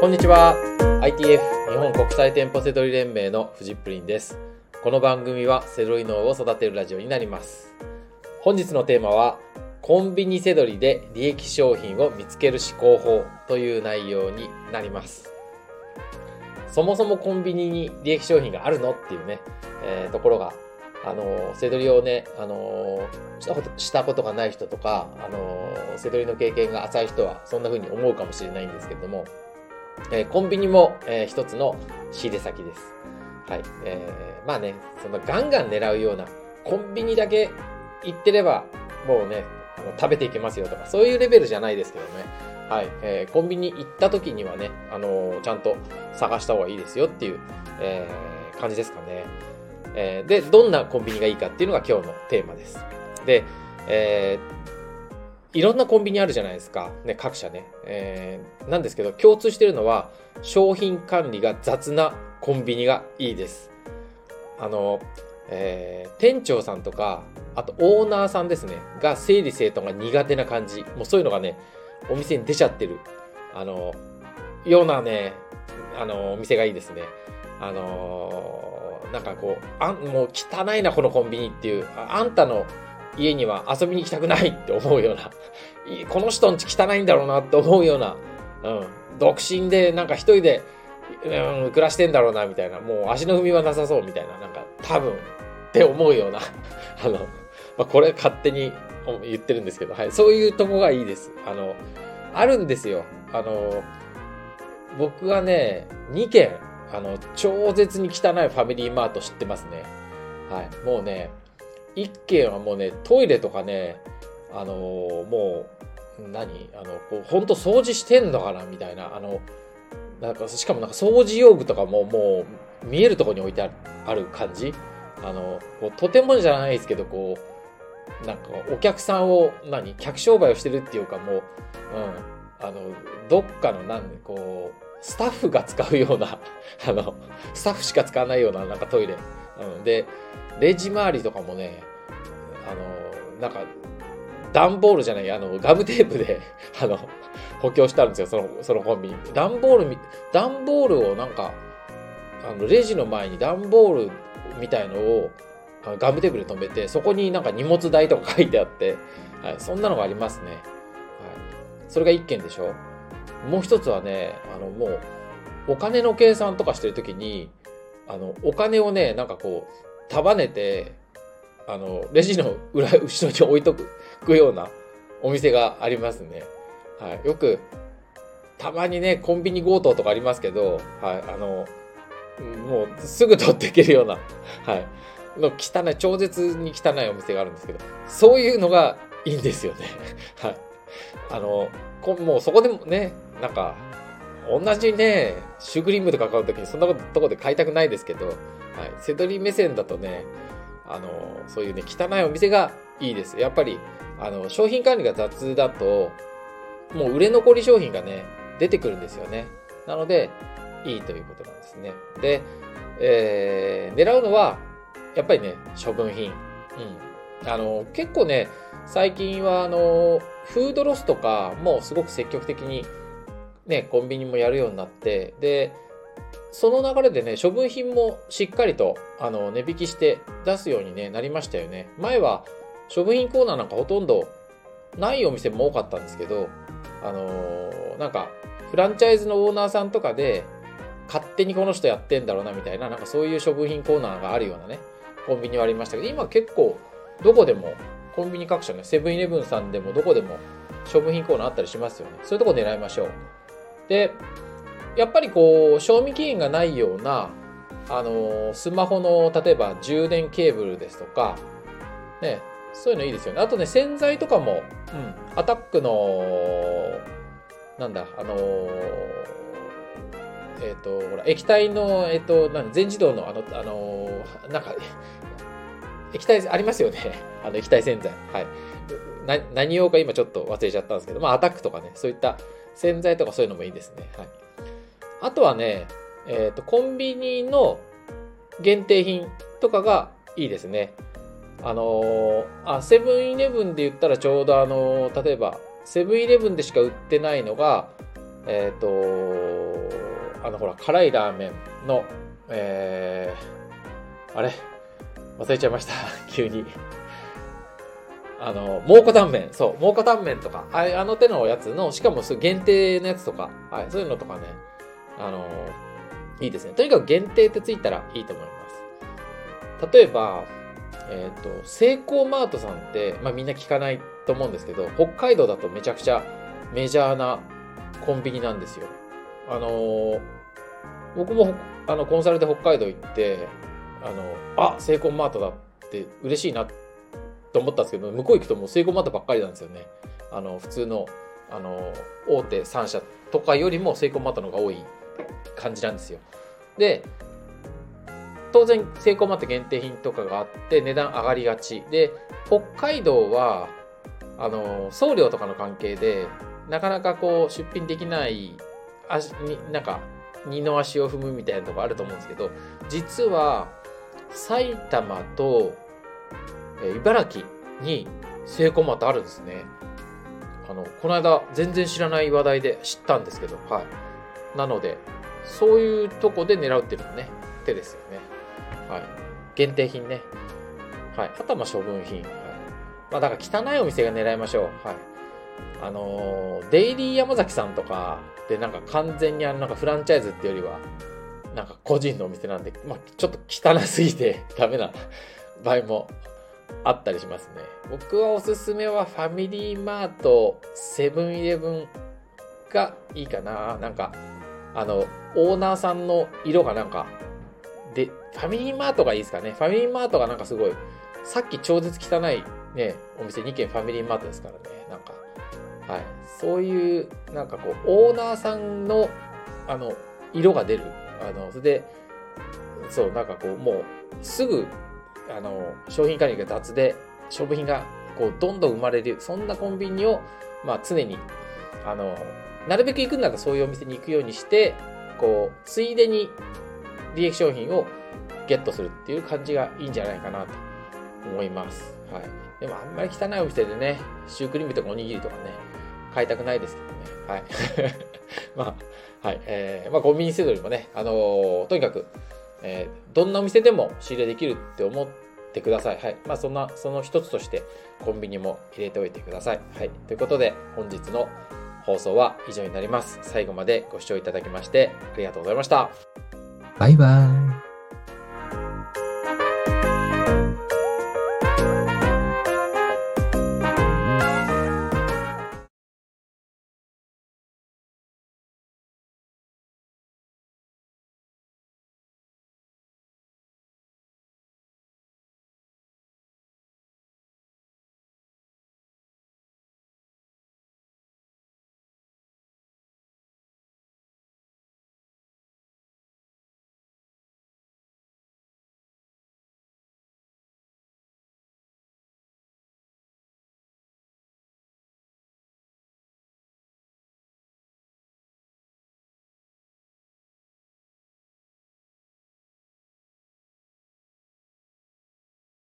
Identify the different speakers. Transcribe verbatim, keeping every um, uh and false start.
Speaker 1: こんにちは。 アイティーエフ 日本国際店舗セドリ連盟のフジップリンです。この番組はセドリ脳を育てるラジオになります。本日のテーマはコンビニセドリで利益商品を見つける思考法という内容になります。そもそもコンビニに利益商品があるのっていうね、えー、ところがあのセドリをね、あのしたこと、したことがない人とか、あのセドリの経験が浅い人はそんな風に思うかもしれないんですけれども、えー、コンビニも、えー、一つの仕入れ先です。はい。えー、まあね、そのガンガン狙うような、コンビニだけ行ってれば、もうね、あの食べていけますよとか、そういうレベルじゃないですけどね。はい。えー、コンビニ行った時にはね、あのー、ちゃんと探した方がいいですよっていう、えー、感じですかね。えー、で、どんなコンビニがいいかっていうのが今日のテーマです。で、えー、いろんなコンビニあるじゃないですか。ね、各社ね。えー、なんですけど、共通してるのは、商品管理が雑なコンビニがいいです。あの、えー、店長さんとか、あとオーナーさんですね、が整理整頓が苦手な感じ。もうそういうのがね、お店に出ちゃってる。あの、ようなね、あの、お店がいいですね。あのー、なんかこう、あん、もう汚いな、このコンビニっていう、あ、あんたの家には遊びに行きたくないって思うような、この人んち汚いんだろうなって思うような、うん、独身でなんか一人で、うん、暮らしてんだろうなみたいな、もう足の踏みはなさそうみたいな、なんか多分って思うような、あの、まあ、これ勝手に言ってるんですけど、はい、そういうとこがいいです。あの、あるんですよ。あの、僕はね、にけん、あの、超絶に汚いファミリーマート知ってますね。はい。もうね、いっけんはもうね、トイレとかね、あのー、もう、何あの、こう、ほんと掃除してんのかなみたいな。あの、なんか、しかもなんか掃除用具とかももう、見えるところに置いてある、ある感じ。あの、こうとてもじゃないですけど、こう、なんか、お客さんを、何客商売をしてるっていうか、もう、うん、あの、どっかの、なんこう、スタッフが使うような、あの、スタッフしか使わないような、なんかトイレ。うん、で、レジ周りとかもね、あの、なんか、段ボールじゃない、あの、ガムテープで、あの、補強してあるんですよ、その、そのコンビニ。段ボール、段ボールをなんか、あの、レジの前に段ボールみたいのを、あのガムテープで止めて、そこになんか荷物代とか書いてあって、はい、そんなのがありますね。はい。それが一件でしょ。もう一つはね、あの、もう、お金の計算とかしてるときに、あの、お金をね、なんかこう、束ねて、あの、レジの裏、後ろに置いとくようなお店がありますね。はい。よく、たまにね、コンビニ強盗とかありますけど、はい。あの、もうすぐ取っていけるような、はい。の汚い、超絶に汚いお店があるんですけど、そういうのがいいんですよね。はい。あの、もうそこでもね、なんか、同じね、シュークリームとか買うときにそんなとこで買いたくないですけど、はい。セドリ目線だとね、あの、そういうね、汚いお店がいいです。やっぱり、あの、商品管理が雑だと、もう売れ残り商品がね、出てくるんですよね。なので、いいということなんですね。で、えー、狙うのは、やっぱりね、処分品。うん。あの、結構ね、最近は、あの、フードロスとかもすごく積極的に、ね、コンビニもやるようになって、で、その流れでね、処分品もしっかりと、あの、値引きして出すように、ね、なりましたよね。前は、処分品コーナーなんかほとんどないお店も多かったんですけど、あのー、なんか、フランチャイズのオーナーさんとかで、勝手にこの人やってんだろうな、みたいな、なんかそういう処分品コーナーがあるようなね、コンビニはありましたけど、今結構、どこでも、コンビニ各社ね、セブンイレブンさんでもどこでも処分品コーナーあったりしますよね。そういうとこ狙いましょう。で、やっぱりこう、賞味期限がないような、あのー、スマホの、例えば充電ケーブルですとか、ね、そういうのいいですよね。あとね、洗剤とかも、うん、アタックの、なんだ、あのー、えっ、ー、と、ほら、液体の、えっ、ー、と、なん全自動の、あの、あのー、なんか、液体ありますよね。あの、液体洗剤。はい。な、何用か今ちょっと忘れちゃったんですけど、まあ、アタックとかね、そういった洗剤とかそういうのもいいですね。はい。あとはね、えっ、ー、と、コンビニの限定品とかがいいですね。あのー、あ、セブンイレブンで言ったらちょうどあのー、例えば、セブンイレブンでしか売ってないのが、 えっ、ー、とあのほら辛いラーメンの、えー、あれ忘れちゃいました急にあの蒙古タンメン、そう蒙古タンメンとか あ, あの手のやつの、しかも限定のやつとか、はい、そういうのとかね、あのいいですね。とにかく限定ってついたらいいと思います。例えば、えっ、ー、とセイコーマートさんって、まあ、みんな聞かないと思うんですけど、北海道だとめちゃくちゃメジャーなコンビニなんですよ。あの僕もあのコンサルで北海道行って、あのあセイコーマートだって嬉しいなと思ったんですけど、向こう行くともうセイコーマートばっかりなんですよね。あの普通のあの大手さん社とかよりもセイコーマートの方が多い感じなんですよ。で当然セイコーマート限定品とかがあって値段上がりがちで、北海道はあの送料とかの関係でなかなかこう出品できない足になんか二の足を踏むみたいなところあると思うんですけど、実は埼玉と茨城にセイコーマートあるんですね。あのこの間全然知らない話題で知ったんですけど、はい。なのでそういうとこで狙うっていうのもね手ですよね。はい。限定品ね。はい。あとはまあ処分品。はい。まあだから汚いお店が狙いましょう。はい。あのー、デイリー山崎さんとかでなんか完全にあのなんかフランチャイズっていうよりはなんか個人のお店なんで、まあちょっと汚すぎてダメな場合もあったりしますね。僕はおすすめはファミリーマート、セブンイレブンがいいかな。なんかあのオーナーさんの色がなんかで、ファミリーマートがいいですかね。ファミリーマートがなんかすごい、さっき超絶汚いね、お店にけんファミリーマートですからね。なんか、はい。そういう、なんかこう、オーナーさんの、あの、色が出る。あの、それで、そう、なんかこう、もう、すぐ、あの、商品管理が雑で、商品が、こう、どんどん生まれる。そんなコンビニを、まあ、常に、あの、なるべく行くんだったらそういうお店に行くようにして、こう、ついでに、利益商品をゲットするっていう感じがいいんじゃないかなと思います。はい。でもあんまり汚いお店でね、シュークリームとかおにぎりとかね、買いたくないですけどね。はい。まあ、はい。えー、まあコンビニセドリもね、あのー、とにかく、えー、どんなお店でも仕入れできるって思ってください。はい。まあそんな、その一つとしてコンビニも入れておいてください。はい。ということで、本日の放送は以上になります。最後までご視聴いただきましてありがとうございました。
Speaker 2: バイバイ。